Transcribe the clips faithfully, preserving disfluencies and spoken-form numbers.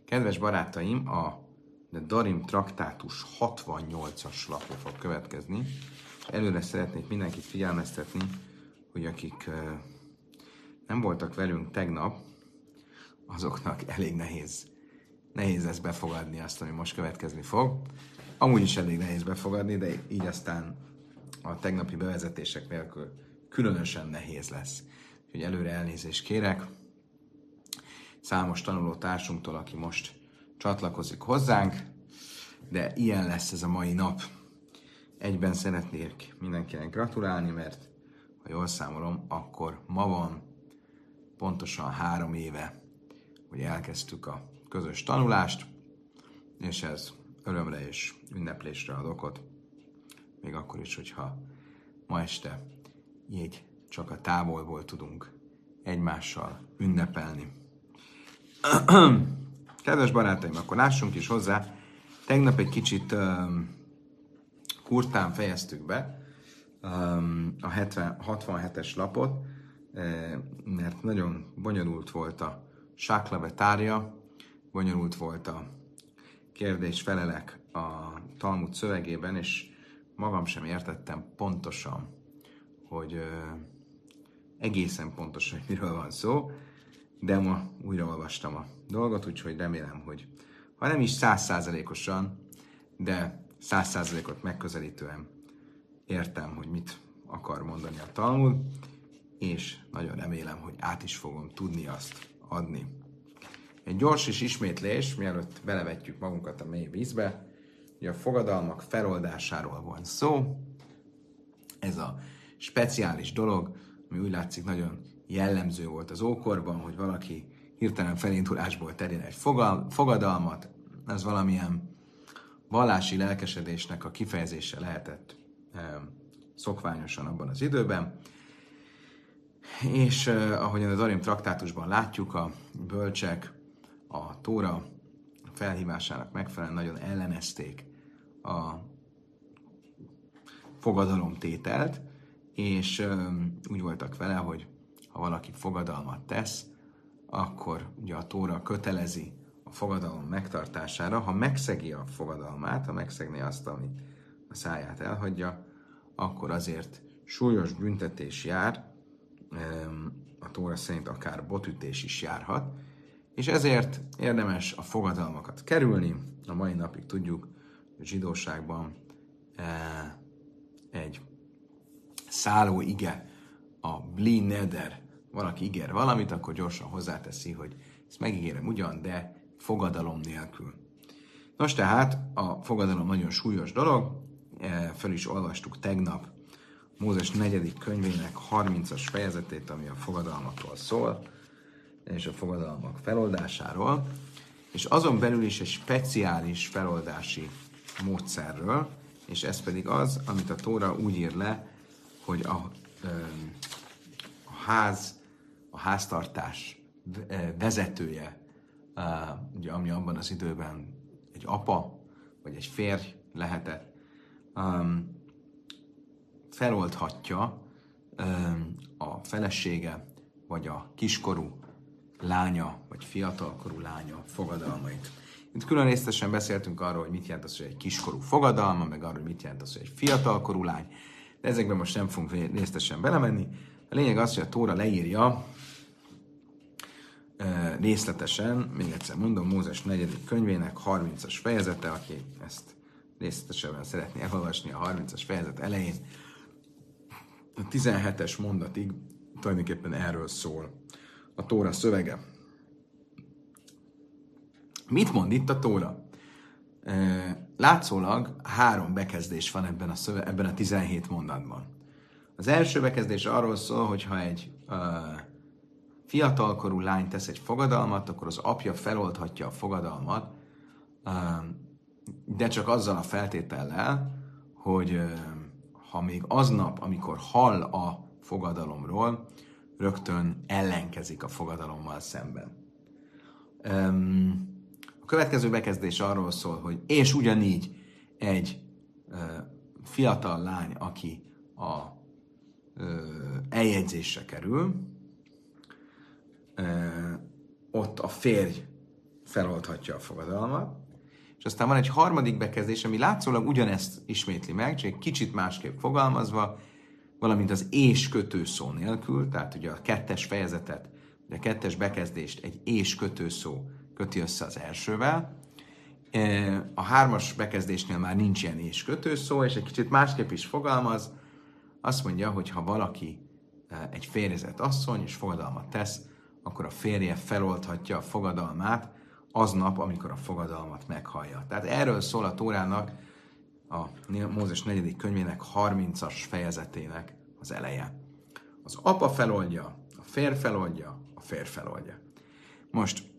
Kedves barátaim, a Darim traktátus hatvannyolcas lapja fog következni. Előre szeretnék mindenkit figyelmeztetni, hogy akik nem voltak velünk tegnap, azoknak elég nehéz, nehéz lesz befogadni azt, ami most következni fog. Amúgy is elég nehéz befogadni, de így aztán a tegnapi bevezetések nélkül különösen nehéz lesz. Úgyhogy előre elnézést kérek számos tanuló társunktól, aki most csatlakozik hozzánk, de ilyen lesz ez a mai nap. Egyben szeretnék mindenkinek gratulálni, mert ha jól számolom, akkor ma van pontosan három éve, hogy elkezdtük a közös tanulást, és ez örömre és ünneplésre ad okot, még akkor is, hogyha ma este így csak a távolból tudunk egymással ünnepelni. Kedves barátaim, akkor lássunk is hozzá. Tegnap egy kicsit um, kurtán fejeztük be um, a hetven, hatvanhetes lapot, eh, mert nagyon bonyolult volt a sáklavetárja, bonyolult volt a kérdés-felelek a Talmud szövegében, és magam sem értettem pontosan, hogy uh, egészen pontosan, hogy miről van szó, de ma újra olvastam a dolgot, úgyhogy remélem, hogy ha nem is száz százalékosan, de száz százalékot megközelítően értem, hogy mit akar mondani a Talmud, és nagyon remélem, hogy át is fogom tudni azt adni. Egy gyors és ismétlés, mielőtt belevetjük magunkat a mély vízbe, hogy a fogadalmak feloldásáról van szó. Ez a speciális dolog, ami úgy látszik nagyon jellemző volt az ókorban, hogy valaki hirtelen felindulásból terjen egy fogadalmat, ez valamilyen vallási lelkesedésnek a kifejezése lehetett eh, szokványosan abban az időben. És eh, ahogyan a Darim traktátusban látjuk, a bölcsek a Tóra felhívásának megfelelően nagyon ellenezték a fogadalomtételt, és eh, úgy voltak vele, hogy ha valaki fogadalmat tesz, akkor ugye a Tóra kötelezi a fogadalom megtartására. Ha megszegi a fogadalmát, ha megszegné azt, amit a száját elhagyja, akkor azért súlyos büntetés jár, a Tóra szerint akár botütés is járhat, és ezért érdemes a fogadalmakat kerülni. A mai napig tudjuk, hogy a zsidóságban egy szálló ige, a bli neder, valaki ígér valamit, akkor gyorsan hozzáteszi, hogy ezt megígérem ugyan, de fogadalom nélkül. Nos tehát, a fogadalom nagyon súlyos dolog, fel is olvastuk tegnap Mózes negyedik könyvének harmincas fejezetét, ami a fogadalmakról szól, és a fogadalmak feloldásáról, és azon belül is egy speciális feloldási módszerről, és ez pedig az, amit a Tóra úgy ír le, hogy a, a ház, a háztartás vezetője, ugye, ami abban az időben egy apa, vagy egy férj lehetett, feloldhatja a felesége, vagy a kiskorú lánya, vagy fiatalkorú lánya fogadalmait. Itt külön részletesen beszéltünk arról, hogy mit jelent az, hogy egy kiskorú fogadalma, meg arról, hogy mit jelent az, hogy egy fiatalkorú lány, de ezekben most nem fogunk részletesen belemenni. A lényeg az, hogy a Tóra leírja részletesen, még egyszer mondom, Mózes negyedik könyvének harmincas fejezete, aki ezt részletesen szeretné elolvasni a harmincas fejezet elején, a tizenhetes mondatig tulajdonképpen erről szól a Tóra szövege. Mit mond itt a Tóra? Látszólag három bekezdés van ebben a, szöve, ebben a tizenhét mondatban. Az első bekezdés arról szól, hogy ha egy uh, fiatalkorú lány tesz egy fogadalmat, akkor az apja feloldhatja a fogadalmat, uh, de csak azzal a feltétellel, hogy uh, ha még aznap, amikor hall a fogadalomról, rögtön ellenkezik a fogadalommal szemben. Um, a következő bekezdés arról szól, hogy és ugyanígy egy uh, fiatal lány, aki a uh, eljegyzésre kerül, uh, ott a férj feloldhatja a fogadalmat. És aztán van egy harmadik bekezdés, ami látszólag ugyanezt ismétli meg, csak egy kicsit másképp fogalmazva, valamint az és kötőszó nélkül, tehát ugye a kettes fejezetet, ugye a kettes bekezdést egy és kötőszó köti össze az elsővel. A hármas bekezdésnél már nincs ilyen és kötőszó, és egy kicsit másképp is fogalmaz. Azt mondja, hogy ha valaki egy férjezett asszony és fogadalmat tesz, akkor a férje feloldhatja a fogadalmát aznap, amikor a fogadalmat meghallja. Tehát erről szól a Tórának, a Mózes negyedik könyvének harmincas fejezetének az eleje. Az apa feloldja, a férj feloldja, a férj feloldja. Most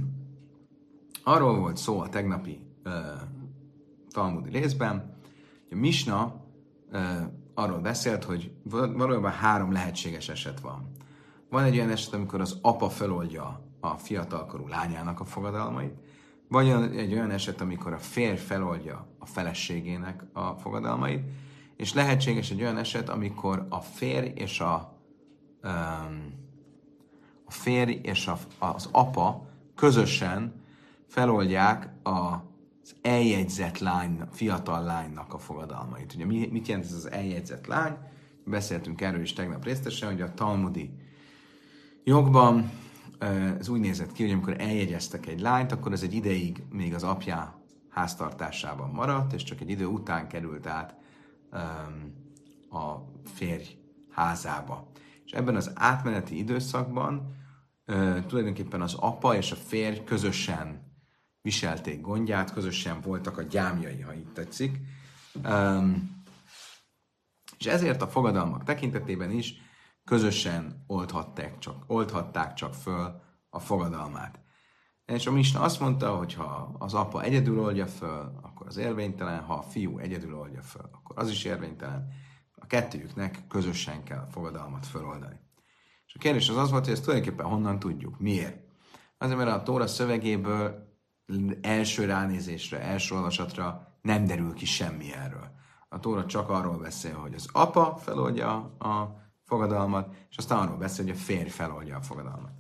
arról volt szó a tegnapi uh, talmudi részben, hogy a Misna uh, arról beszélt, hogy valójában három lehetséges eset van. Van egy olyan eset, amikor az apa feloldja a fiatalkorú lányának a fogadalmait, vagy egy olyan eset, amikor a férj feloldja a feleségének a fogadalmait, és lehetséges egy olyan eset, amikor a férj és a, um, a férj és a, az apa közösen feloldják az eljegyzett lány, fiatal lánynak a fogadalmait. Ugye mit jelent ez az eljegyzett lány? Beszéltünk erről is tegnap részletesen, hogy a talmudi jogban ez úgy nézett ki, hogy amikor eljegyeztek egy lányt, akkor ez egy ideig még az apja háztartásában maradt, és csak egy idő után került át um, a férj házába. És ebben az átmeneti időszakban uh, tulajdonképpen az apa és a férj közösen viselték gondját, közösen voltak a gyámjai, ha így tetszik. Um, és ezért a fogadalmak tekintetében is közösen oldhatták csak, oldhatták csak föl a fogadalmát. És a Misna azt mondta, hogy ha az apa egyedül oldja föl, akkor az érvénytelen, ha a fiú egyedül oldja föl, akkor az is érvénytelen. A kettőjüknek közösen kell a fogadalmat föloldani. És a kérdés az az volt, hogy ezt tulajdonképpen honnan tudjuk. Miért? Azért, mert a Tóra szövegéből első ránézésre, első olvasatra nem derül ki semmi erről. A Tóra csak arról beszél, hogy az apa feloldja a fogadalmat, és aztán arról beszél, hogy a férj feloldja a fogadalmat.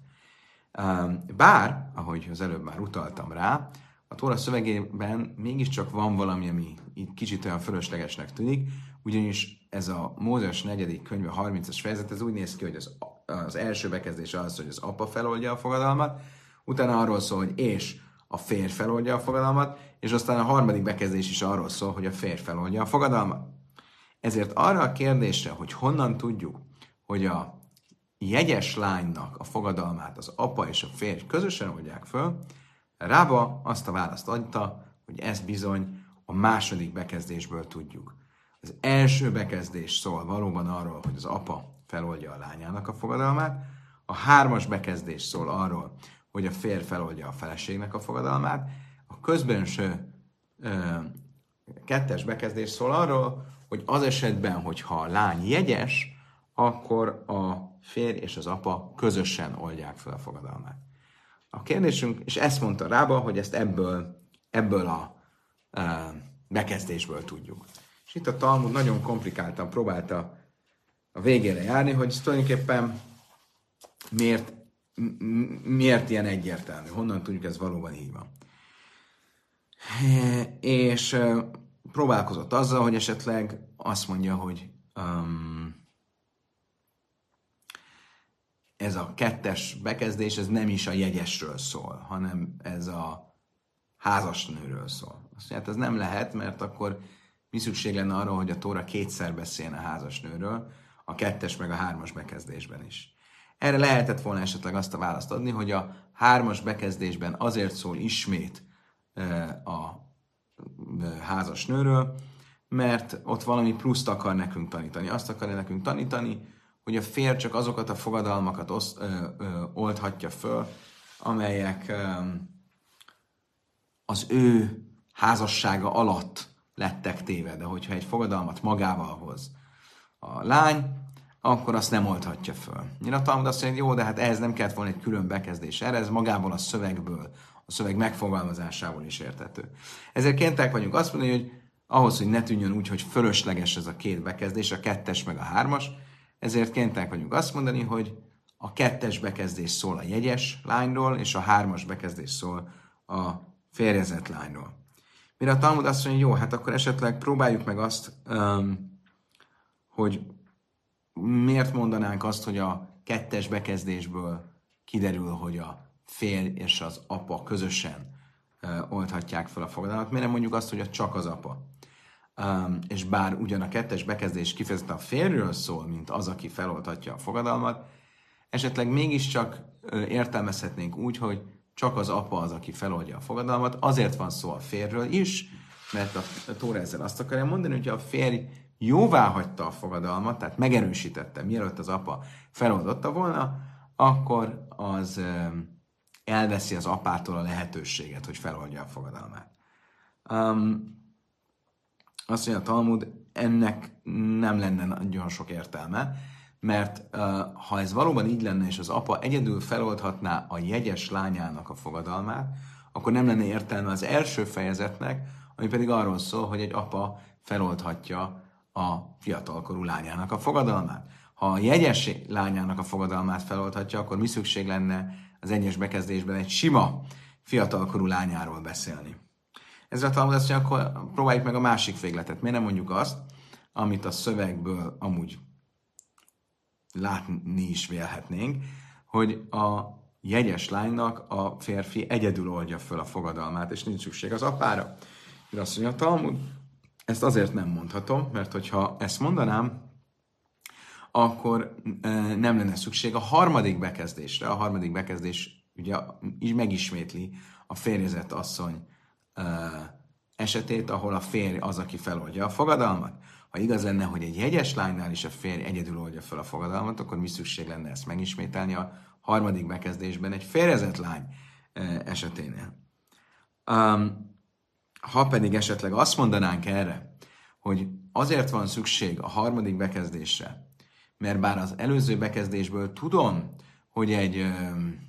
Bár, ahogy az előbb már utaltam rá, a Tóra szövegében mégiscsak van valami, ami itt kicsit olyan fölöslegesnek tűnik, ugyanis ez a Mózes negyedik könyve harmincas fejezet, ez úgy néz ki, hogy az, az első bekezdés az, hogy az apa feloldja a fogadalmat, utána arról szól, hogy és a férj feloldja a fogadalmat, és aztán a harmadik bekezdés is arról szól, hogy a férj feloldja a fogadalmat. Ezért arra a kérdésre, hogy honnan tudjuk, hogy a jegyes lánynak a fogadalmát az apa és a férj közösen oldják föl, Rába azt a választ adta, hogy ezt bizony a második bekezdésből tudjuk. Az első bekezdés szól valóban arról, hogy az apa feloldja a lányának a fogadalmát, a hármas bekezdés szól arról, hogy a férj feloldja a feleségnek a fogadalmát, a közbenső ö, kettes bekezdés szól arról, hogy az esetben, hogyha a lány jegyes, akkor a férj és az apa közösen oldják fel a fogadalmát. A kérdésünk, és ezt mondta Rába, hogy ezt ebből, ebből a e, bekezdésből tudjuk. És itt a Talmud nagyon komplikáltan próbálta a végére járni, hogy ez tulajdonképpen miért, miért ilyen egyértelmű, honnan tudjuk, ez valóban így van. És e, próbálkozott azzal, hogy esetleg azt mondja, hogy um, ez a kettes bekezdés, ez nem is a jegyesről szól, hanem ez a házasnőről szól. Azt mondja, hát ez nem lehet, mert akkor mi szükség lenne arra, hogy a Tóra kétszer beszélne a házasnőről, a kettes meg a hármas bekezdésben is. Erre lehetett volna esetleg azt a választ adni, hogy a hármas bekezdésben azért szól ismét a házasnőről, mert ott valami pluszt akar nekünk tanítani. Azt akarja nekünk tanítani, hogy a férj csak azokat a fogadalmakat osz, ö, ö, oldhatja föl, amelyek ö, az ő házassága alatt lettek téve. De hogyha egy fogadalmat magával hoz a lány, akkor azt nem oldhatja föl. Én a Talmud azt mondja, hogy jó, de hát ehhez nem kellett volna egy külön bekezdés erre, ez magából a szövegből, a szöveg megfogalmazásából is érthető. Ezért kénytelenek vagyunk azt mondani, hogy ahhoz, hogy ne tűnjön úgy, hogy fölösleges ez a két bekezdés, a kettes meg a hármas, ezért kénytelenek vagyunk azt mondani, hogy a kettes bekezdés szól a jegyes lányról, és a hármas bekezdés szól a férjezett lányról. Mire a Talmud azt mondja, jó, hát akkor esetleg próbáljuk meg azt, um, hogy miért mondanánk azt, hogy a kettes bekezdésből kiderül, hogy a férj és az apa közösen uh, oldhatják fel a fogadalmat. Miért nem mondjuk azt, hogy a csak az apa? Um, és bár ugyan a kettes bekezdés kifejezetten a férjről szól, mint az, aki feloldhatja a fogadalmat, esetleg mégiscsak uh, értelmezhetnénk úgy, hogy csak az apa az, aki feloldja a fogadalmat. Azért van szó a férjről is, mert a Tóra ezzel azt akarja mondani, hogy a férj jóvá hagyta a fogadalmat, tehát megerősítette, mielőtt az apa feloldotta volna, akkor az um, elveszi az apától a lehetőséget, hogy feloldja a fogadalmát. Um, azt mondja a Talmud, ennek nem lenne nagyon sok értelme, mert uh, ha ez valóban így lenne, és az apa egyedül feloldhatná a jegyes lányának a fogadalmát, akkor nem lenne értelme az első fejezetnek, ami pedig arról szól, hogy egy apa feloldhatja a fiatalkorú lányának a fogadalmát. Ha a jegyes lányának a fogadalmát feloldhatja, akkor mi szükség lenne az egyes bekezdésben egy sima fiatalkorú lányáról beszélni. Ezzel a Talmud azt mondja, akkor próbáljuk meg a másik végletet. Miért nem mondjuk azt, amit a szövegből amúgy látni is vélhetnénk, hogy a jegyes lánynak a férfi egyedül oldja föl a fogadalmát, és nincs szükség az apára. De azt mondja a Talmud, ezt azért nem mondhatom, mert hogyha ezt mondanám, akkor e, nem lenne szükség a harmadik bekezdésre. A harmadik bekezdés ugye is megismétli a férjezett asszony e, esetét, ahol a férj az, aki feloldja a fogadalmat. Ha igaz lenne, hogy egy jegyes lánynál is a férj egyedül oldja fel a fogadalmat, akkor mi szükség lenne ezt megismételni a harmadik bekezdésben egy férjezett lány eseténél. Um, ha pedig esetleg azt mondanánk erre, hogy azért van szükség a harmadik bekezdésre, mert bár az előző bekezdésből tudom, hogy egy ö,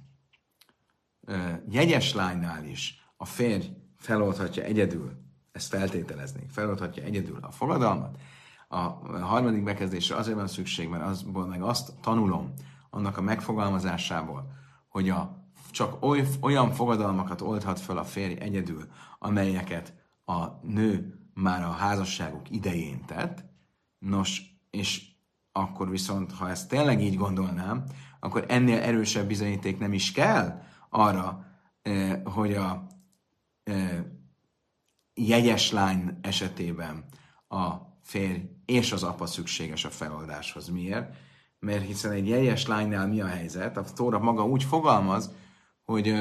ö, jegyes lánynál is a férj feloldhatja egyedül, ezt feltételeznék, feloldhatja egyedül a fogadalmat, a harmadik bekezdésre azért van szükség, mert azból meg azt tanulom annak a megfogalmazásából, hogy a, csak oly, olyan fogadalmakat oldhat fel a férj egyedül, amelyeket a nő már a házasságuk idején tett. Nos, és akkor viszont, ha ezt tényleg így gondolnám, akkor ennél erősebb bizonyíték nem is kell arra, eh, hogy a eh, jegyes lány esetében a férj és az apa szükséges a feloldáshoz. Miért? Mert hiszen egy jegyes lánynál mi a helyzet? A Tóra maga úgy fogalmaz, hogy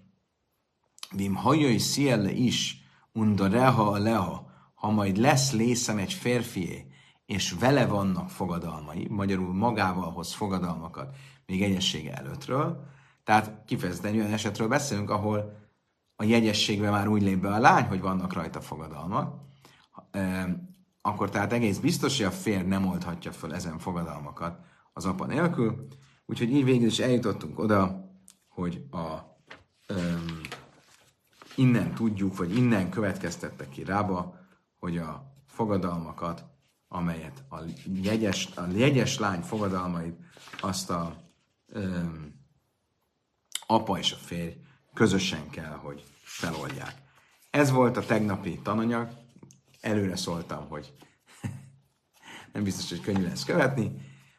vim hajai szielle is, unda reha leha, ha majd lesz lészen egy férfié, és vele vannak fogadalmai, magyarul magával hoz fogadalmakat még egyessége előttről. Tehát kifejezetten olyan esetről beszélünk, ahol a jegyességben már úgy lép be a lány, hogy vannak rajta fogadalmak, akkor tehát egész biztos, hogy a férj nem oldhatja föl ezen fogadalmakat az apa nélkül. Úgyhogy így végül is eljutottunk oda, hogy a, um, innen tudjuk, vagy innen következtettek ki Rába, hogy a fogadalmakat, amelyet a jegyes, a jegyes lány fogadalmait, azt a um, apa és a férj közösen kell, hogy feloldják. Ez volt a tegnapi tananyag. Előre szóltam, hogy nem biztos, hogy könnyű lesz követni.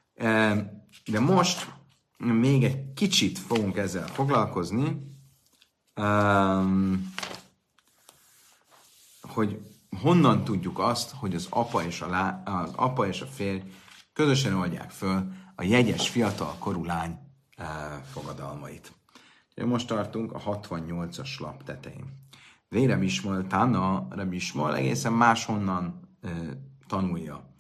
De most még egy kicsit fogunk ezzel foglalkozni, hogy honnan tudjuk azt, hogy az apa és a, lá, az apa és a férj közösen oldják föl a jegyes fiatal korú lány fogadalmait. Most tartunk a hatvannyolcas lap tetején. Vére Ismol, Tána, Rabbi Ismol egészen máshonnan e, tanulja.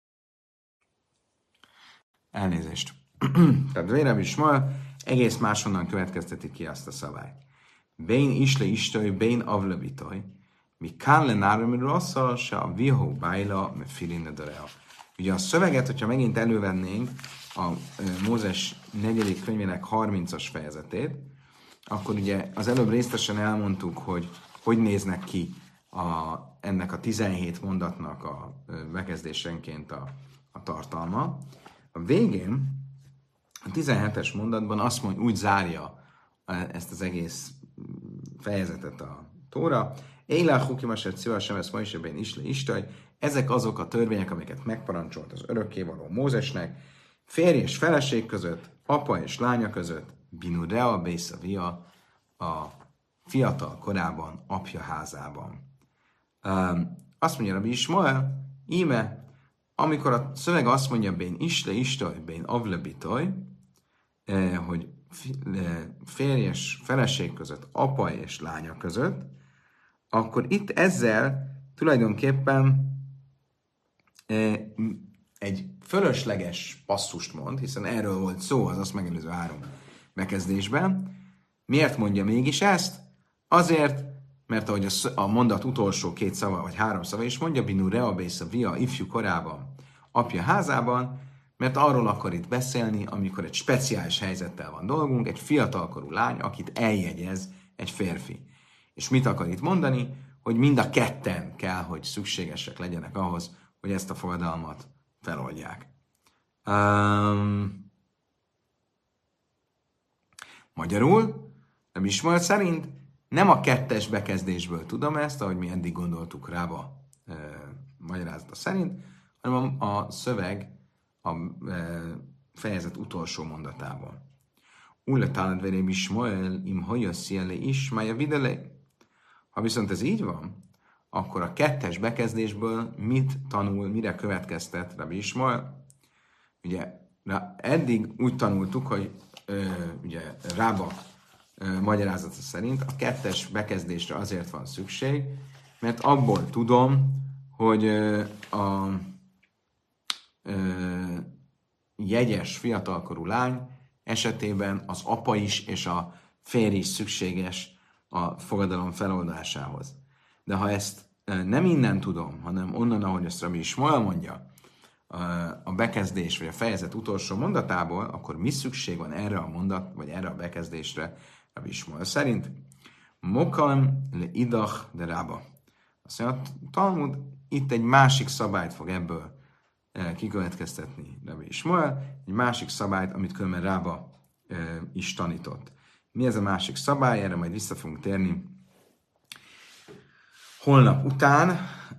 Elnézést. Tehát Vére Ismol egész máshonnan következteti ki azt a szabályt. Bén isle istoj, bén avlevitoj, mi kán le náram rossza, se a vihó bájla, me filinedarea. Ugye a szöveget, hogyha megint elővennénk a e, Mózes negyedik könyvének harmincas fejezetét, akkor ugye az előbb részletesen elmondtuk, hogy hogy néznek ki a, ennek a tizenhét mondatnak a bekezdésenként a, a tartalma. A végén, a tizenhetes mondatban azt mondja, úgy zárja ezt az egész fejezetet a Tóra. Éjlel hukimaset szívvel sem ezt ma is ebben is le istaj. Ezek azok a törvények, amiket megparancsolt az örökkévaló Mózesnek, férj és feleség között, apa és lánya között, binurea bészavia, a fiatal korában, apja házában. Um, azt mondja Rabbi Ismael, íme, amikor a szöveg azt mondja, bén isle istaj, bén avle bitoj, eh, hogy férj és feleség között, apa és lánya között, akkor itt ezzel tulajdonképpen eh, egy fölösleges passzust mond, hiszen erről volt szó az azt megelőző három bekezdésben. Miért mondja mégis ezt? Azért, mert ahogy a mondat utolsó két szava, vagy három szava is mondja, binu reabész a via ifjú korában, apja házában, mert arról akar itt beszélni, amikor egy speciális helyzettel van dolgunk, egy fiatalkorú lány, akit eljegyez egy férfi. És mit akar itt mondani? Hogy mind a ketten kell, hogy szükségesek legyenek ahhoz, hogy ezt a fogadalmat feloldják. Um, magyarul, nem Ismael szerint nem a kettes bekezdésből tudom ezt, ahogy mi eddig gondoltuk Rába e, magyarázata szerint, hanem a, a szöveg a e, fejezet utolsó mondatában. Ulle talad verém Ismael im hajassziele Ismája videle. Ha viszont ez így van, akkor a kettes bekezdésből mit tanul, mire következtet Rabbi Ismael? Ugye eddig úgy tanultuk, hogy ö, ugye Rába ö, magyarázata szerint a kettes bekezdésre azért van szükség, mert abból tudom, hogy ö, a ö, jegyes fiatalkorú lány esetében az apa is és a férj is szükséges a fogadalom feloldásához. De ha ezt nem innen tudom, hanem onnan, ahogy ezt Rabbi Ismael mondja, a bekezdés vagy a fejezet utolsó mondatából, akkor mi szükség van erre a mondat, vagy erre a bekezdésre Rabbi Ismael szerint? Mokam le idach de Rába. Azt mondja, a Talmud itt egy másik szabályt fog ebből kikövetkeztetni Rabbi Ismael, egy másik szabályt, amit különben Rába is tanított. Mi ez a másik szabály? Erre majd vissza fogunk térni holnap után.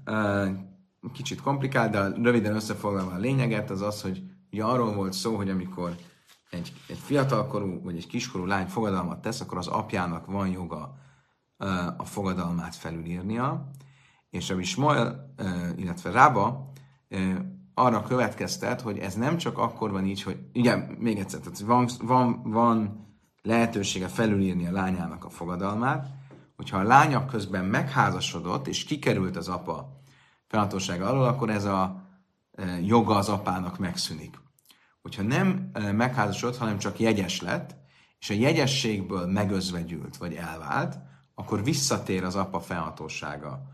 Kicsit komplikált, de röviden összefoglalva a lényeget, az az, hogy ugye arról volt szó, hogy amikor egy, egy fiatalkorú vagy egy kiskorú lány fogadalmat tesz, akkor az apjának van joga a fogadalmát felülírnia, és Rabbi Ismael, illetve Rába arra következtet, hogy ez nem csak akkor van így, hogy ugye, még egyszer, tehát van, van, van lehetősége felülírni a lányának a fogadalmát, hogyha a lánya közben megházasodott, és kikerült az apa fennhatósága alól, akkor ez a e, joga az apának megszűnik. Hogyha nem e, megházasodott, hanem csak jegyes lett, és a jegyességből megözvegyült, vagy elvált, akkor visszatér az apa fennhatósága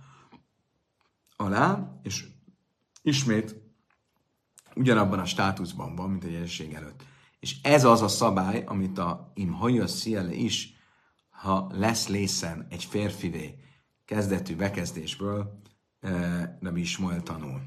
alá, és ismét ugyanabban a státuszban van, mint a jegyesség előtt. És ez az a szabály, amit a im hajassziele is, ha lesz lészen egy férfivé kezdetű bekezdésből, Rabbi Ismael tanul.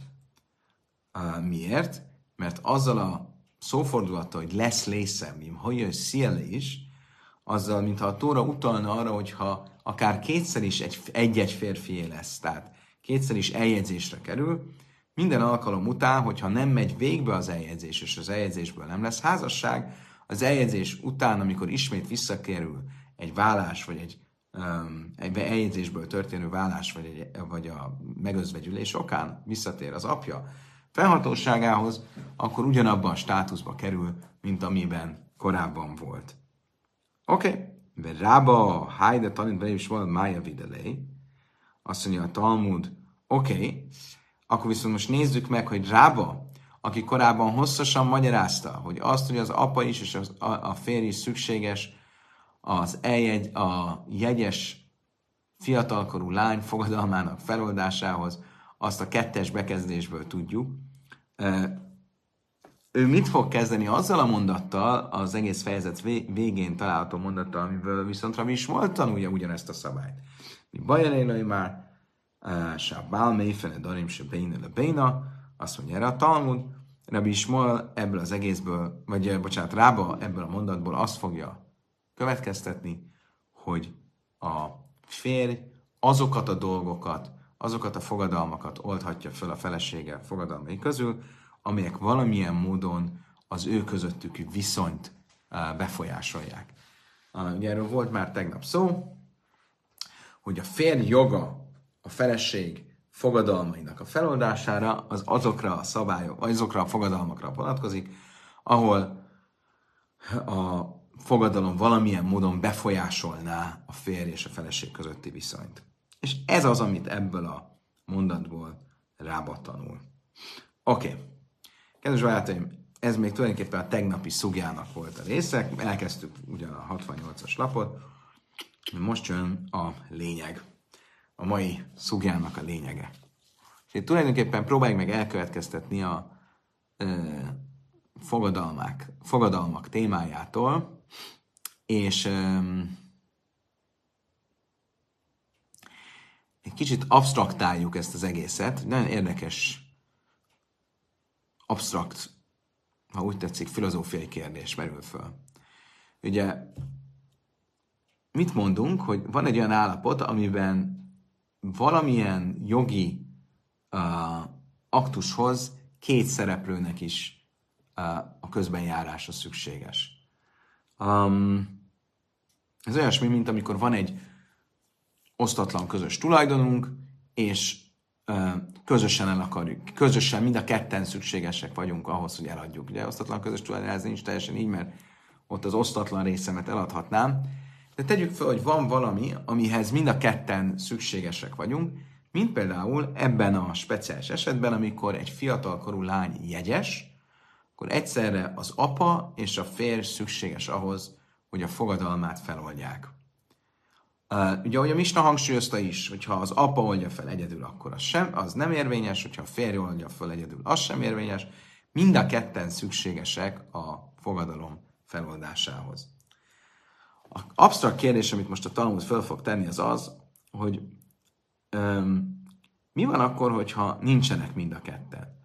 Miért? Mert azzal a szófordulattal, hogy lesz lészen, im hajassziele is, azzal, mintha a Tóra utalna arra, hogyha akár kétszer is egy, egy-egy férfié lesz, tehát kétszer is eljegyzésre kerül, minden alkalom után, hogyha nem megy végbe az eljegyzés, és az eljegyzésből nem lesz házasság, az eljegyzés után, amikor ismét visszakerül egy vállás, vagy egy, um, egy eljegyzésből történő vállás, vagy, egy, vagy a megözvegyülés okán visszatér az apja fennhatóságához, akkor ugyanabban a státuszba kerül, mint amiben korábban volt. Oké, okay. Rába, Hájde, tanít be is van, Mája videlei. Azt mondja a Talmud, oké, okay. Akkor viszont most nézzük meg, hogy Rába, aki korábban hosszasan magyarázta, hogy azt, hogy az apa is és az, a, a férj is szükséges az eljegy, a jegyes fiatalkorú lány fogadalmának feloldásához, azt a kettes bekezdésből tudjuk. Ő mit fog kezdeni azzal a mondattal, az egész fejezet végén található mondattal, amiből viszont Rabbi Ismael tanulja ugyanezt a szabályt. Mi bajelélai már, Sábbál mélyfele darim se béne le béna, azt mondja erre a Talmud, Rabbi Ismael ebből az egészből, vagy bocsánat, Rába ebből a mondatból azt fogja következtetni, hogy a férj azokat a dolgokat, azokat a fogadalmakat oldhatja fel a felesége fogadalmai közül, amelyek valamilyen módon az ő közöttük viszonyt befolyásolják. Ugye erről volt már tegnap szó, hogy a férj joga a feleség fogadalmainak a feloldására az azokra a szabályok, azokra a fogadalmakra vonatkozik, ahol a fogadalom valamilyen módon befolyásolná a férj és a feleség közötti viszonyt. És ez az, amit ebből a mondatból Rába tanul. Oké. Okay. Kedves barátaim, ez még tulajdonképpen a tegnapi szugjának volt a része. Elkezdtük ugyan a hatvannyolcas lapot. Most jön a lényeg. A mai szugjának a lényege. És itt tulajdonképpen próbáljuk meg elkövetkeztetni a ö, fogadalmak, fogadalmak témájától, és ö, egy kicsit absztraktáljuk ezt az egészet. Nagyon érdekes, absztrakt, ha úgy tetszik, filozófiai kérdés merül föl. Ugye, mit mondunk, hogy van egy olyan állapot, amiben valamilyen jogi uh, aktushoz két szereplőnek is uh, a közbenjárása szükséges. Um, ez olyasmi, mint amikor van egy osztatlan közös tulajdonunk, és uh, közösen el akarjuk, közösen mind a ketten szükségesek vagyunk ahhoz, hogy eladjuk. Ugye osztatlan közös tulajdon, ez nincs teljesen így, mert ott az osztatlan részemet eladhatnám, de tegyük fel, hogy van valami, amihez mind a ketten szükségesek vagyunk, mint például ebben a speciális esetben, amikor egy fiatalkorú lány jegyes, akkor egyszerre az apa és a férj szükséges ahhoz, hogy a fogadalmát feloldják. Uh, ugye, ahogy a Misna hangsúlyozta is, hogyha az apa oldja fel egyedül, akkor az, sem, az nem érvényes, hogyha a férj oldja fel egyedül, az sem érvényes. Mind a ketten szükségesek a fogadalom feloldásához. Az absztrakt kérdés, amit most a Talmud fel fog tenni, az az, hogy um, mi van akkor, hogyha nincsenek mind a ketten?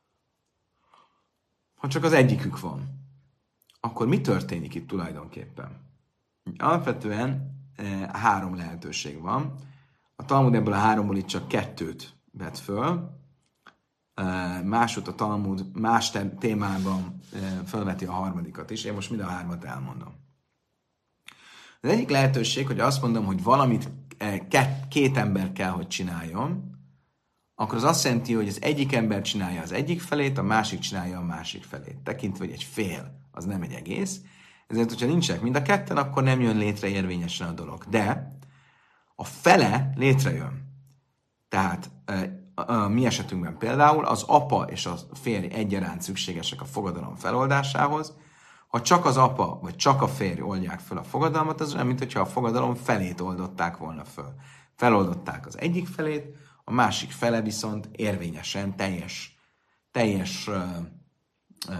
Ha csak az egyikük van, akkor mi történik itt tulajdonképpen? Alapvetően e, három lehetőség van. A Talmud ebből a háromból itt csak kettőt vet föl. E, másút a Talmud más témában e, felveti a harmadikat is. Én most mind a hármat elmondom. Az egyik lehetőség, hogy azt mondom, hogy valamit két ember kell, hogy csináljon, akkor az azt jelenti, hogy az egyik ember csinálja az egyik felét, a másik csinálja a másik felét. Tekintve, hogy egy fél, az nem egy egész. Ezért, hogyha nincsenek mind a ketten, akkor nem jön létre érvényesen a dolog. De a fele létrejön. Tehát a, a mi esetünkben például az apa és a férj egyaránt szükségesek a fogadalom feloldásához. Ha csak az apa vagy csak a férj oldják fel a fogadalmat, az olyan, mintha a fogadalom felét oldották volna föl. Feloldották az egyik felét, a másik fele viszont érvényesen, teljes, teljes uh, uh,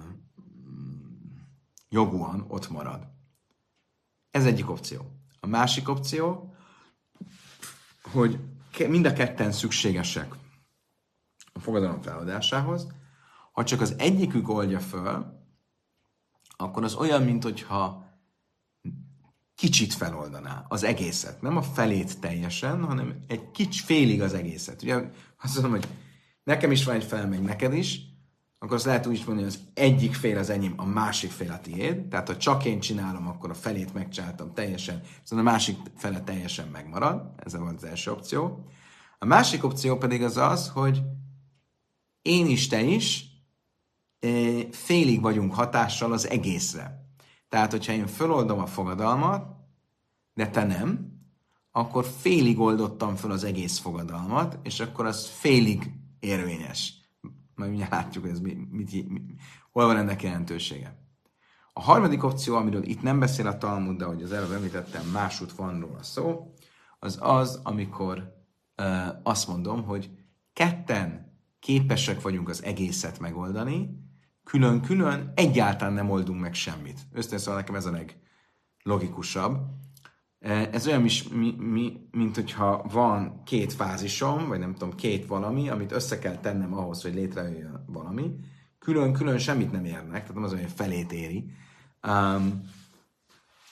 jogúan ott marad. Ez egyik opció. A másik opció, hogy mind a ketten szükségesek a fogadalom feloldásához, ha csak az egyikük oldja föl, akkor az olyan, mint hogyha kicsit feloldaná az egészet. Nem a felét teljesen, hanem egy kicsi félig az egészet. Ugye azt mondom, hogy nekem is van egy fel, meg neked is, akkor azt lehet úgy is mondani, hogy az egyik fél az enyém, a másik fél a tiéd. Tehát, ha csak én csinálom, akkor a felét megcsináltam teljesen, szóval a másik fele teljesen megmarad. Ez volt az első opció. A másik opció pedig az az, hogy én is, te is félig vagyunk hatással az egészre. Tehát, hogyha én föloldom a fogadalmat, de te nem, akkor félig oldottam föl az egész fogadalmat, és akkor az félig érvényes. Majd mindjárt látjuk, hogy ez mit, mit, mit, hol van ennek jelentősége. A harmadik opció, amiről itt nem beszél a Talmud, de ahogy az előbb említettem, másút van róla szó, az az, amikor uh, azt mondom, hogy ketten képesek vagyunk az egészet megoldani, külön-külön egyáltalán nem oldunk meg semmit. Őszintén szóval nekem ez a leglogikusabb. Ez olyan, is, mi, mi, mint hogyha van két fázisom, vagy nem tudom, két valami, amit össze kell tennem ahhoz, hogy létrejöjjön valami. Külön-külön semmit nem érnek, tehát nem az olyan, hogy felét éri. Um,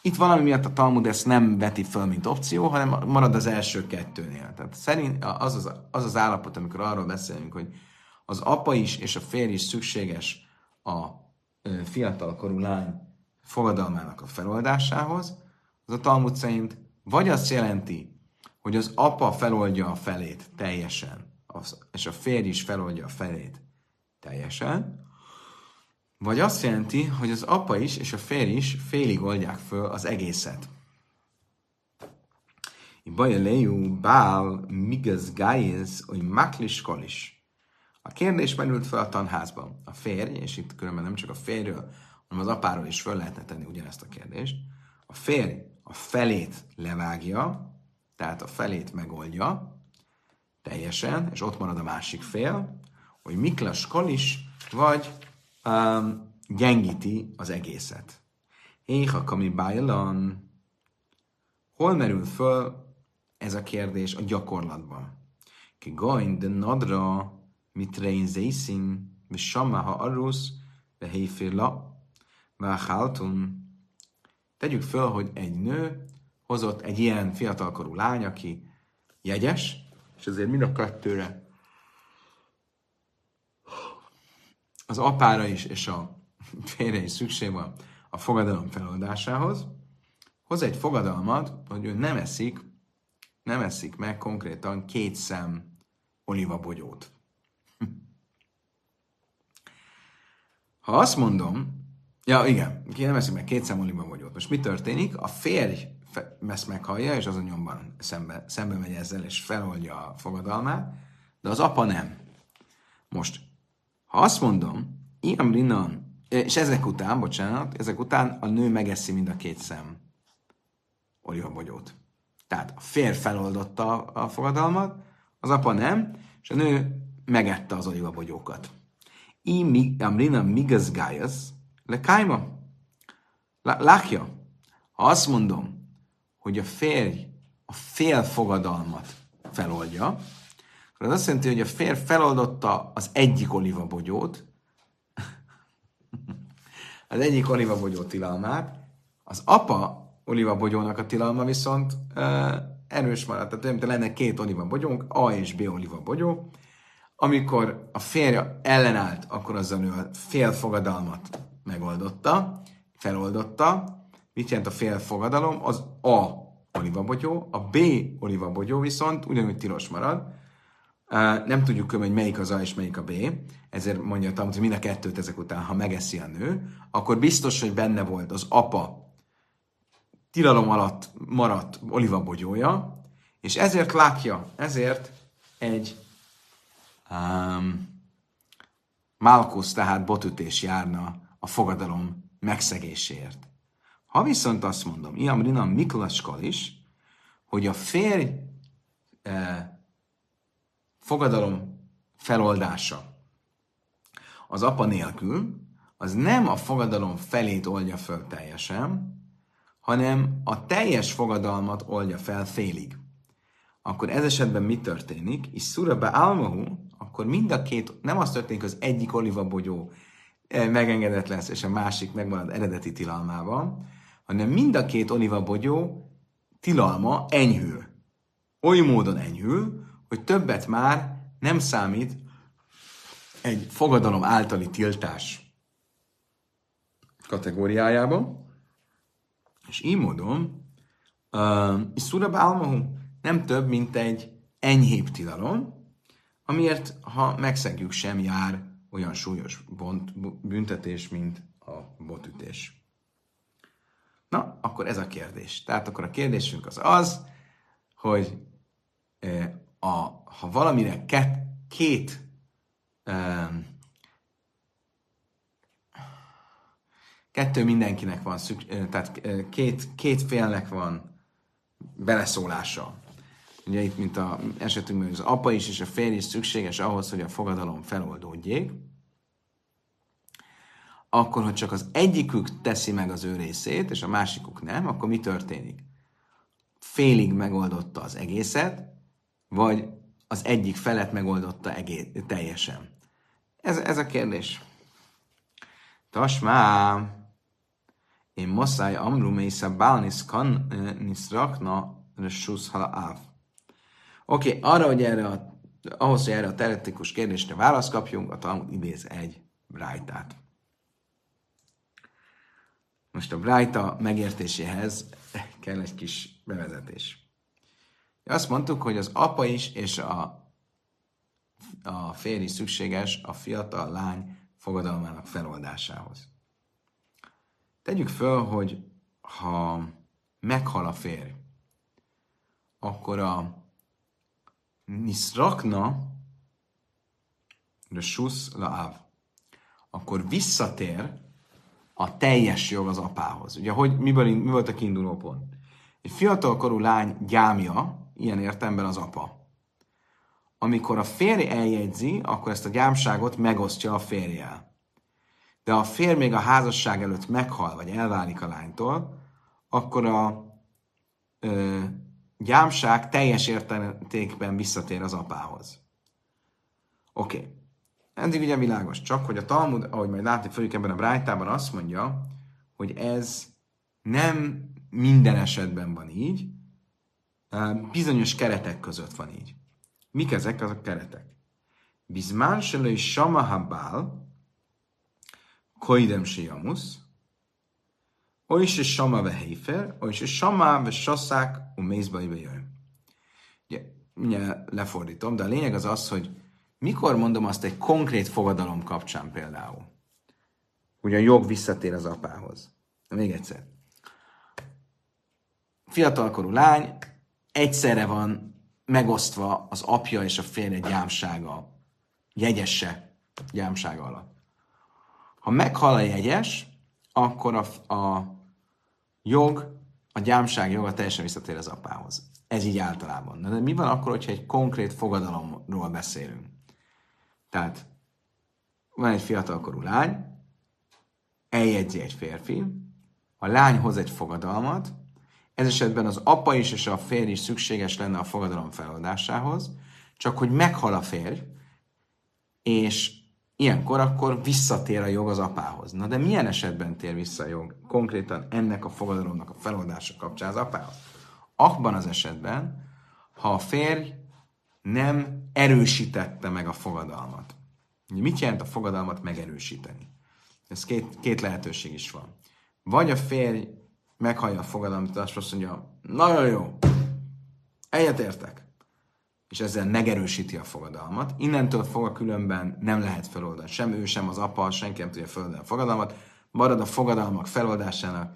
Itt valami miatt a Talmud ezt nem veti föl, mint opció, hanem marad az első kettőnél. Tehát szerint az az, az az állapot, amikor arról beszélünk, hogy az apa is és a férj is szükséges a fiatalkorú lány fogadalmának a feloldásához, az a Talmud szerint vagy azt jelenti, hogy az apa feloldja a felét teljesen, és a férj is feloldja a felét teljesen, vagy azt jelenti, hogy az apa is és a férj is félig oldják föl az egészet. Bajalejú bál migaz gájez, hogy makliskol is. A kérdés merült fel a tanházban. A férj, és itt különben nem csak a férjről, hanem az apáról is föl lehetne tenni ugyanezt a kérdést. A férj a felét levágja, tehát a felét megoldja teljesen, és ott marad a másik fél, hogy miklaskol is, vagy um, gyengíti az egészet. Éha kami bájlan. Hol merül föl ez a kérdés a gyakorlatban? Ki goin de nadra mitrein zészin, vi sammaha arrusz, ve héfirla, ve háltun. Tegyük föl, hogy egy nő hozott egy ilyen fiatalkorú lány, aki jegyes, és azért mind a kettőre, az apára is és a férjre is szükség van a fogadalom feloldásához. Hoz egy fogadalmat, hogy ő nem eszik, nem eszik meg konkrétan két szem olívabogyót. Ha azt mondom, ja igen, ki nem eszik meg két szem olívabogyót. Most mi történik? A férj ezt meghallja, és azon nyomban szembe, szembe megy ezzel, és feloldja a fogadalmát, de az apa nem. Most, ha azt mondom, ilyen rinnan, és ezek után, bocsánat, ezek után a nő megeszi mind a két szem olívabogyót. Tehát a férj feloldotta a fogadalmat, az apa nem, és a nő megette az olívabogyókat. Ilyen rinnan migazgájasz, le kájma, lákja. Ha azt mondom, hogy a férj a fél fogadalmat feloldja, akkor az azt jelenti, hogy a férj feloldotta az egyik olívabogyót, az egyik olívabogyó tilalmát, az apa olívabogyónak a tilalma viszont uh, erős maradt. Tehát olyan, lenne két olívabogyónk, A és B olívabogyó. Amikor a férj ellenállt, akkor azzal ő a fél fogadalmat megoldotta, feloldotta. Mit jelent a fél fogadalom? Az A olivabogyó, a B olivabogyó viszont ugyanúgy tilos marad. Uh, nem tudjuk, hogy melyik az A és melyik a B, ezért mondja a Talmud, hogy mind a kettőt ezek után, ha megeszi a nő, akkor biztos, hogy benne volt az apa tilalom alatt maradt olivabogyója, és ezért látja, ezért egy um, Malkusz, tehát botütés járna a fogadalom megszegéséért. Ha viszont azt mondom, Iam Rinam Miklaskal is, hogy a férj eh, fogadalom feloldása az apa nélkül, az nem a fogadalom felét oldja föl teljesen, hanem a teljes fogadalmat oldja fel félig. Akkor ez esetben mi történik? És szurabe álmahu, akkor mind a két, nem az történik, az egyik olivabogyó megengedett lesz, és a másik megmarad eredeti tilalmában, hanem mind a két olivabogyó tilalma enyhül. Oly módon enyhül, hogy többet már nem számít egy fogadalom általi tiltás kategóriájában, és így módon uh, Iszura Bálmahu nem több, mint egy enyhébb tilalom, amiért, ha megszegjük, sem jár olyan súlyos bont, büntetés, mint a botütés. Na, akkor ez a kérdés. Tehát akkor a kérdésünk az az, hogy eh, a, ha valamire két, két eh, kettő mindenkinek van szükség, tehát két, két félnek van beleszólása. Ugye itt, mint a esetünkben, az apa is és a férj is szükséges ahhoz, hogy a fogadalom feloldódjék. Akkor, hogy csak az egyikük teszi meg az ő részét, és a másikuk nem, akkor mi történik? Félig megoldotta az egészet, vagy az egyik felet megoldotta egész, teljesen. Ez, ez a kérdés. Tasmá! én masszáj amru mésza bálnisz kan nisz rakna ressusz hala áv. Oké, okay, arra, hogy erre a, ahhoz, hogy erre a teoretikus kérdésre választ kapjunk, a Talmud idéz egy brájtát. Most a brájta megértéséhez kell egy kis bevezetés. Azt mondtuk, hogy az apa is és a, a férj is szükséges a fiatal lány fogadalmának feloldásához. Tegyük föl, hogy ha meghal a férj, akkor a niszrakna resusz laav, akkor visszatér a teljes jog az apához. Ugye, hogy miből, mi volt a kiinduló pont? Egy fiatalkorú lány gyámja, ilyen értelemben az apa. Amikor a férj eljegyzi, akkor ezt a gyámságot megosztja a férjjel. De ha a férj még a házasság előtt meghal, vagy elválik a lánytól, akkor a ö, gyámság teljes értékben visszatér az apához. Oké. Okay. Eddig ugye világos, csak hogy a Talmud, ahogy majd látni fogjuk ebben a brájtában, azt mondja, hogy ez nem minden esetben van így, bizonyos keretek között van így. Mik ezek az a keretek? Bizmán selői samahabál, koidem siamusz, oly se sama ve heifer, oly se sama ve sasszák, u mészbai ve jöjj. Ugye, ugye lefordítom, de a lényeg az az, hogy mikor mondom azt egy konkrét fogadalom kapcsán például, hogy a jog visszatér az apához. De még egyszer. Fiatalkorú lány, egyszerre van megosztva az apja és a férje gyámsága, jegyesse gyámsága alatt. Ha meghal a jegyes, akkor a, a jog, a gyámság joga teljesen visszatér az apához. Ez így általában. De mi van akkor, hogyha egy konkrét fogadalomról beszélünk? Tehát van egy fiatalkorú lány, eljegyzi egy férfi, a lány hoz egy fogadalmat, ez esetben az apa is és a férj is szükséges lenne a fogadalom feloldásához, csak hogy meghal a férj, és ilyenkor akkor visszatér a jog az apához. Na de milyen esetben tér vissza a jog konkrétan ennek a fogadalomnak a feloldása kapcsán az apához? Abban az esetben, ha a férj nem erősítette meg a fogadalmat. Mit jelent a fogadalmat megerősíteni? Ez két, két lehetőség is van. Vagy a férj meghallja a fogadalmat, és azt mondja, nagyon jó, egyetértek, és ezzel megerősíti a fogadalmat. Innentől fogva különben nem lehet feloldani. Sem ő, sem az apa, senki nem tudja feloldani a fogadalmat. Marad a fogadalmak feloldásának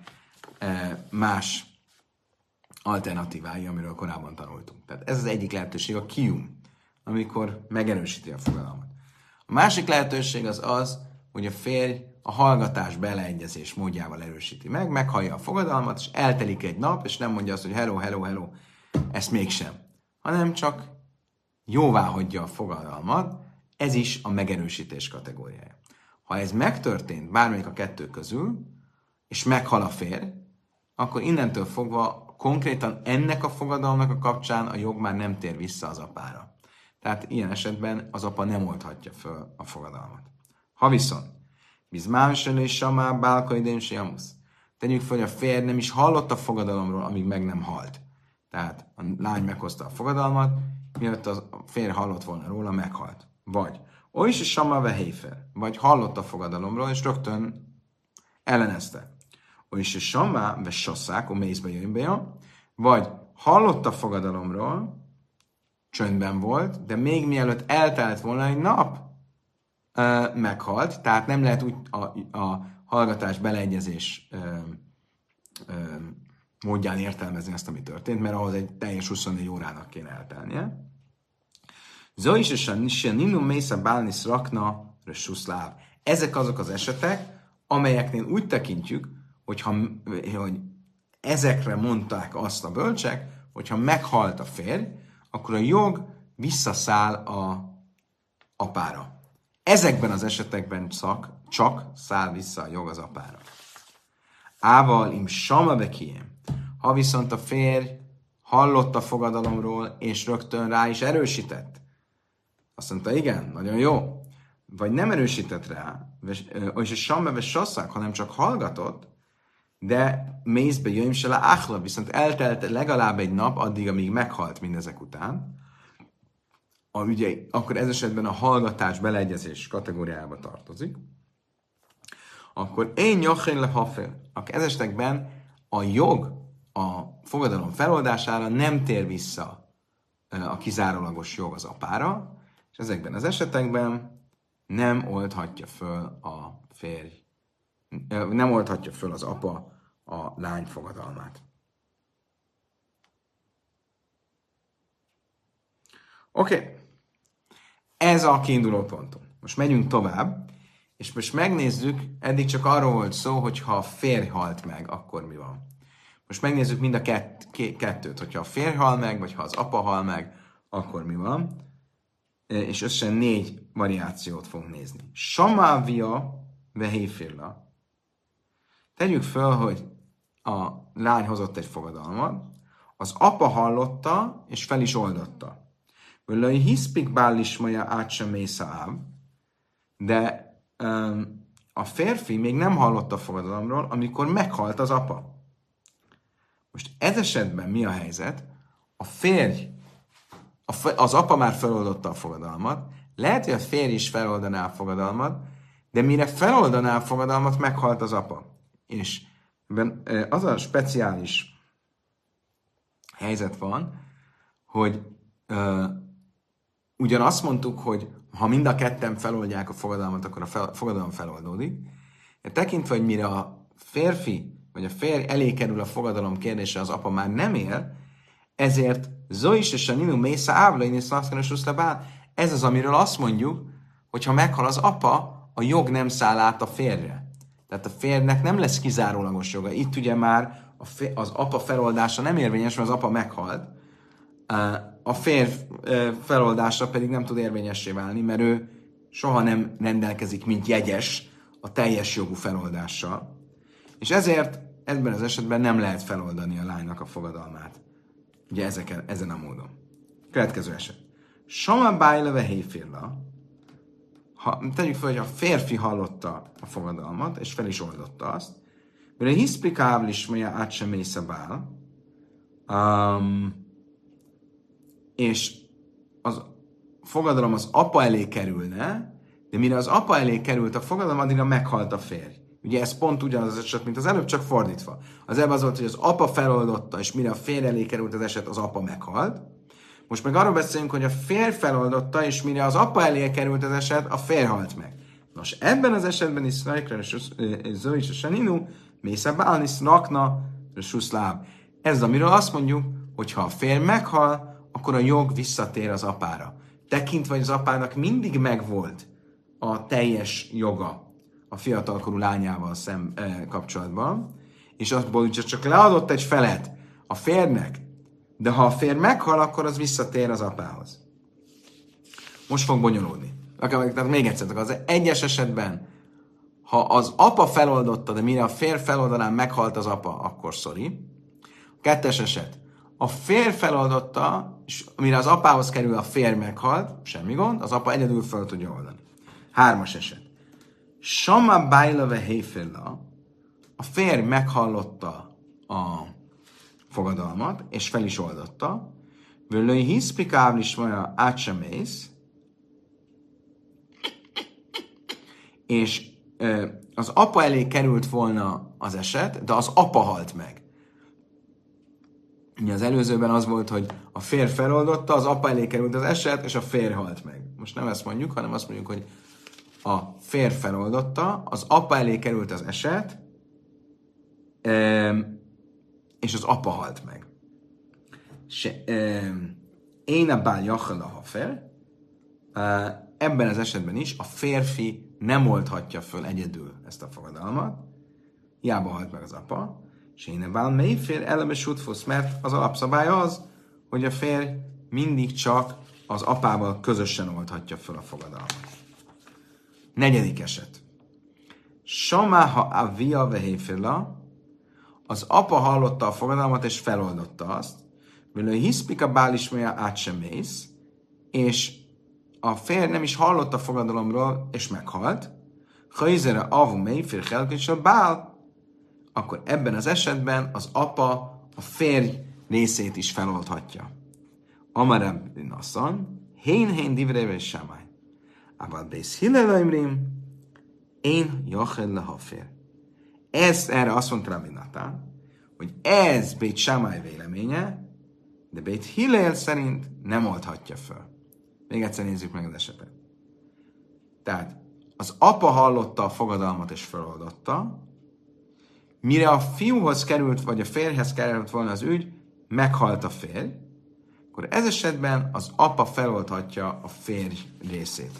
más alternatívái, amiről korábban tanultunk. Tehát ez az egyik lehetőség, a kium, amikor megerősíti a fogadalmat. A másik lehetőség az az, hogy a férj a hallgatás beleegyezés módjával erősíti meg, meghallja a fogadalmat, és eltelik egy nap, és nem mondja azt, hogy hello, hello, hello, ezt mégsem. Hanem csak jóvá hagyja a fogadalmat, ez is a megerősítés kategóriája. Ha ez megtörtént bármelyik a kettő közül, és meghal a férj, akkor innentől fogva konkrétan ennek a fogadalomnak a kapcsán a jog már nem tér vissza az apára. Tehát ilyen esetben az apa nem oldhatja föl a fogadalmat. Ha viszont bizmán és samá bálkaidén siamusz. Tegyük fel, hogy a férj nem is hallott a fogadalomról, amíg meg nem halt. Tehát a lány meghozta a fogadalmat, mielőtt a férj hallott volna róla, meghalt. Vagy oly is samá ve heifer, vagy hallott a fogadalomról, és rögtön ellenezte. Oly is samá ve sasszák, o mészbe jön be, vagy hallott a fogadalomról, csöndben volt, de még mielőtt eltelt volna egy nap, Uh, meghalt, tehát nem lehet úgy a, a hallgatás beleegyezés uh, uh, módján értelmezni azt, ami történt, mert ahhoz egy teljes huszonnégy órának kéne eltelnie. Zoi se ninu mésza bálnisz rakna rössuszláv. Ezek azok az esetek, amelyeknél úgy tekintjük, hogyha, hogy ezekre mondták azt a bölcsek, hogyha meghalt a férj, akkor a jog visszaszáll a apára. Ezekben az esetekben csak, csak száll vissza a jog az apára. Ával im sama bekiem. Ha viszont a férj hallott a fogadalomról, és rögtön rá is erősített. Azt mondta, igen, nagyon jó. Vagy nem erősített rá, és sama ve sasszák, hanem csak hallgatott, de mészbe jöjjön se le áhla, viszont eltelt legalább egy nap, addig, amíg meghalt mindezek után, a, ugye, akkor ez esetben a hallgatás beleegyezés kategóriába tartozik, akkor én nyachén le hafél. Akkor ez esetekben a jog a fogadalom feloldására nem tér vissza a kizárólagos jog az apára, és ezekben az esetekben nem oldhatja föl a férj, nem oldhatja föl az apa a lány fogadalmát. Oké. Okay. Ez a kiinduló pontunk. Most megyünk tovább, és most megnézzük, eddig csak arról volt szó, hogy ha a férj halt meg, akkor mi van. Most megnézzük mind a kett, kettőt, hogyha a férj hal meg, vagy ha az apa hal meg, akkor mi van. És összesen négy variációt fogunk nézni. Samávia vehéfirla. Tegyük föl, hogy a lány hozott egy fogadalmat, az apa hallotta, és fel is oldotta. Völői hiszpik bállismaja át sem mészaáv, de um, a férfi még nem hallott a fogadalomról, amikor meghalt az apa. Most ez esetben mi a helyzet? A férj, a f- az apa már feloldotta a fogadalmat, lehet, hogy a férj is feloldaná a fogadalmat, de mire feloldaná a fogadalmat, meghalt az apa. És ebben az a speciális helyzet van, hogy uh, ugyan azt mondtuk, hogy ha mind a ketten feloldják a fogadalmat, akkor a fel, fogadalom feloldódik. De tekintve, hogy mire a férfi vagy a férj elé kerül a fogadalom kérdése, az apa már nem él, ezért Zois és a Ninu Mésza Ávlain és Szlaszkanos ez az, amiről azt mondjuk, hogy ha meghal az apa, a jog nem száll át a férjre. Tehát a férjnek nem lesz kizárólagos joga. Itt ugye már a fér, az apa feloldása nem érvényes, mert az apa meghalt. A férj feloldása pedig nem tud érvényessé válni, mert ő soha nem rendelkezik, mint jegyes a teljes jogú feloldással. És ezért ebben az esetben nem lehet feloldani a lánynak a fogadalmát. Ugye ezeken, ezen a módon. Következő eset. Sama bájleve héfirla. Ha, tegyük fel, hogy a férfi hallotta a fogadalmat, és fel is oldotta azt, mert a hiszpikávlis maja át sem észabál, um, és az fogadalom az apa elé kerülne, de mire az apa elé került a fogadalom, addigra meghalt a férj. Ugye ez pont ugyanaz az eset, mint az előbb, csak fordítva. Az előbb az volt, hogy az apa feloldotta, és mire a férj elé került az eset, az apa meghalt. Most meg arról beszélünk, hogy a férj feloldotta, és mire az apa elé került az eset, a férj halt meg. Nos, ebben az esetben is Szlajkra és Zöi és Saninu, Mészebb állni Szlakna és Suszláv. Ez, amiről azt mondjuk, hogy ha a férj meghal, akkor a jog visszatér az apára. Tekintve, hogy az apának mindig megvolt a teljes joga a fiatalkorú lányával szem, eh, kapcsolatban, és abból csak leadott egy felet a férnek, de ha a férj meghal, akkor az visszatér az apához. Most fog bonyolódni. Tehát még egyszer, az egyes esetben, ha az apa feloldotta, de mire a férj feloldaná, meghalt az apa, akkor sorry. Kettes eset. A férj feloldotta, és mire az apához kerül, a férj meghalt, semmi gond, az apa egyedül fel tudja oldani. Hármas eset. Sama bájlave héfilla, a férj meghallotta a fogadalmat, és fel is oldotta, völői hiszpikávlis maja átsemész, és az apa elé került volna az eset, de az apa halt meg. Ugye az előzőben az volt, hogy a férj feloldotta, az apa elé került az eset, és a férj halt meg. Most nem ezt mondjuk, hanem azt mondjuk, hogy a férj feloldotta, az apa elé került az eset, és az apa halt meg. Én a bál jachel a hafer, ebben az esetben is a férfi nem oldhatja föl egyedül ezt a fogadalmat, hiába halt meg az apa, és én a bál mely fér eleme sutfusz, mert az alapszabály az, hogy a férj mindig csak az apával közösen oldhatja föl a fogadalmat. Negyedik eset. Samáha avia vehéfirla, az apa hallotta a fogadalmat, és feloldotta azt, mert hiszpika bálismaja át sem mész, és a férj nem is hallott a fogadalomról, és meghalt. Hajzere avu mélyfér helkéssel bál, akkor ebben az esetben az apa a férj részét is feloldhatja. Amarab Nassan, hén-hén divréve és sámály. Abad bész hillelaimrim, én jachel lehafér. Ez erre azt mondta Rabbi Natán, hogy ez Bét Sámály véleménye, de Bét Hillel szerint nem oldhatja föl. Még egyszer nézzük meg az esetet. Tehát az apa hallotta a fogadalmat és feloldotta, mire a fiúhoz került, vagy a férjhez került volna az ügy, meghalt a férj, akkor ez esetben az apa feloldhatja a férj részét.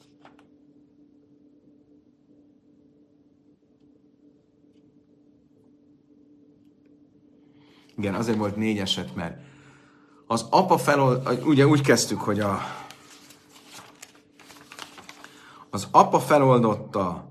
Igen, azért volt négy eset, mert az apa felold, ugye úgy kezdtük, hogy a, az apa feloldotta,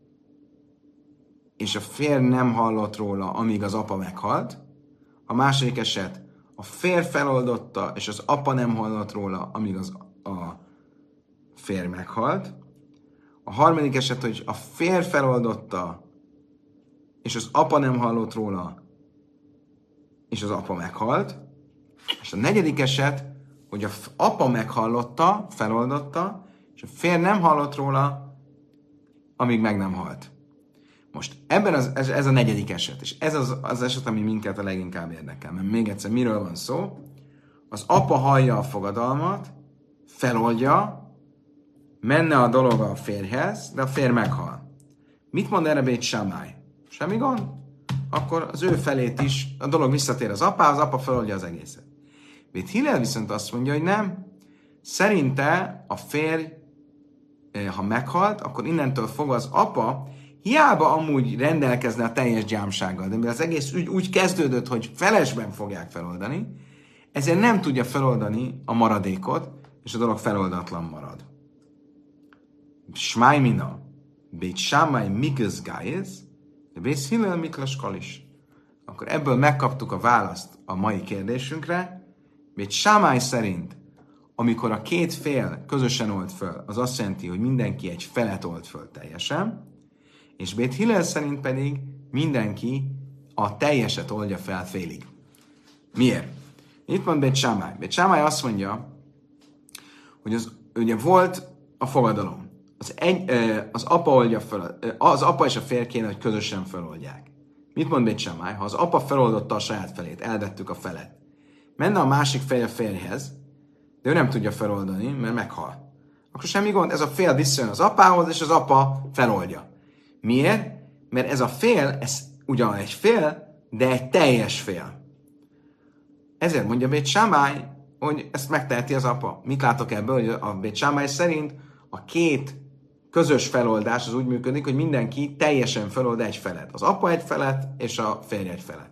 és a férj nem hallott róla, amíg az apa meghalt. A második eset, a férj feloldotta, és az apa nem hallott róla, amíg az, a férj meghalt. A harmadik eset, hogy a férj feloldotta, és az apa nem hallott róla, és az apa meghalt. És a negyedik eset, hogy az apa meghallotta, feloldotta, és a férj nem hallott róla, amíg meg nem halt. Most ebben az, ez, ez a negyedik eset, és ez az, az eset, ami minket a leginkább érdekel. Mert még egyszer, miről van szó? Az apa hallja a fogadalmat, feloldja, menne a dolog a férjhez, de a férj meghal. Mit mond erre Bét Sámály? Semmi gond? Akkor az ő felét is, a dolog visszatér az apá, az apa feloldja az egészet. Bét Hillel viszont azt mondja, hogy nem. Szerinte a férj, ha meghalt, akkor innentől fogva az apa hiába amúgy rendelkezne a teljes gyámsággal, de mivel az egész ügy úgy kezdődött, hogy felesben fogják feloldani, ezért nem tudja feloldani a maradékot, és a dolog feloldatlan marad. Smájmina, Bét Sámály Mikesz Gájez, de Bét Hillel Miklas Kalis. Akkor ebből megkaptuk a választ a mai kérdésünkre. Bét Sámály szerint, amikor a két fél közösen old föl, az azt jelenti, hogy mindenki egy felet old föl teljesen, és Bét Hillel szerint pedig mindenki a teljeset oldja fel félig. Miért? Itt mond Bét Sámály. Bét Sámály azt mondja, hogy az, ugye volt a fogadalom. Az, egy, az apa oldja fel, az apa és a férj kéne, hogy közösen feloldják. Mit mond Bét Sámály? Ha az apa feloldotta a saját felét, elvettük a felet, menne a másik fél a férjhez, de ő nem tudja feloldani, mert meghal. Akkor semmi gond, ez a fél visszajön az apához, és az apa feloldja. Miért? Mert ez a fél, ez ugyan egy fél, de egy teljes fél. Ezért mondja Bét Sámály, hogy ezt megteheti az apa. Mit látok ebből? Hogy a Bét Sámály szerint a két közös feloldás az úgy működik, hogy mindenki teljesen felold egy felet. Az apa egy felet, és a férj egy felet.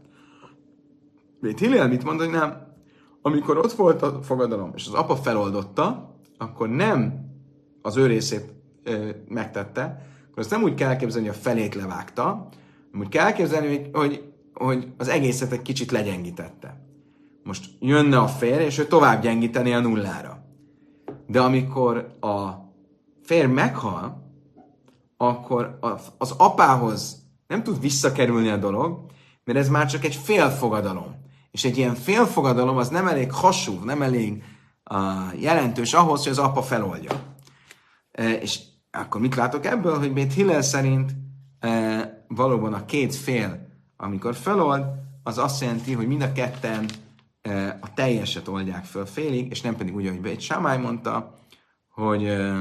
Bét Hillel mit mond, hogy nem? Amikor ott volt a fogadalom, és az apa feloldotta, akkor nem az ő részét ö, megtette, akkor azt nem úgy kell elképzelni, hogy a felét levágta, hanem úgy kell elképzelni, hogy, hogy az egészet egy kicsit legyengítette. Most jönne a férj, és ő tovább gyengíteni a nullára. De amikor a férj meghal, akkor az apához nem tud visszakerülni a dolog, mert ez már csak egy félfogadalom. És egy ilyen félfogadalom az nem elég hasú, nem elég uh, jelentős ahhoz, hogy az apa feloldja. E, és akkor mit látok ebből, hogy Bét Hillel szerint e, valóban a két fél, amikor felold, az azt jelenti, hogy mind a ketten e, a teljeset oldják föl félig, és nem pedig úgy, ahogy Bét Sámály mondta, hogy e,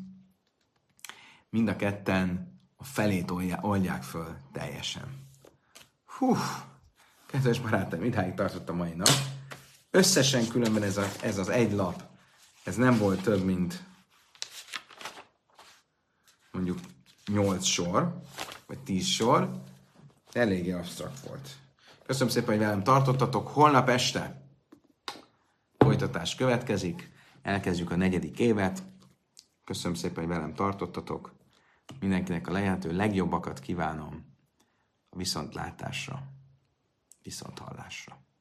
mind a ketten a felét oldják föl teljesen. Hú! Kedves barátaim, idáig tartott a mai nap. Összesen különben ez, a, ez az egy lap, ez nem volt több, mint mondjuk nyolc sor, vagy tíz sor. Eléggé absztrakt volt. Köszönöm szépen, hogy velem tartottatok. Holnap este folytatás következik. Elkezdjük a negyedik évet. Köszönöm szépen, hogy velem tartottatok. Mindenkinek a lehető legjobbakat kívánom a viszontlátásra. Viszonthallásra.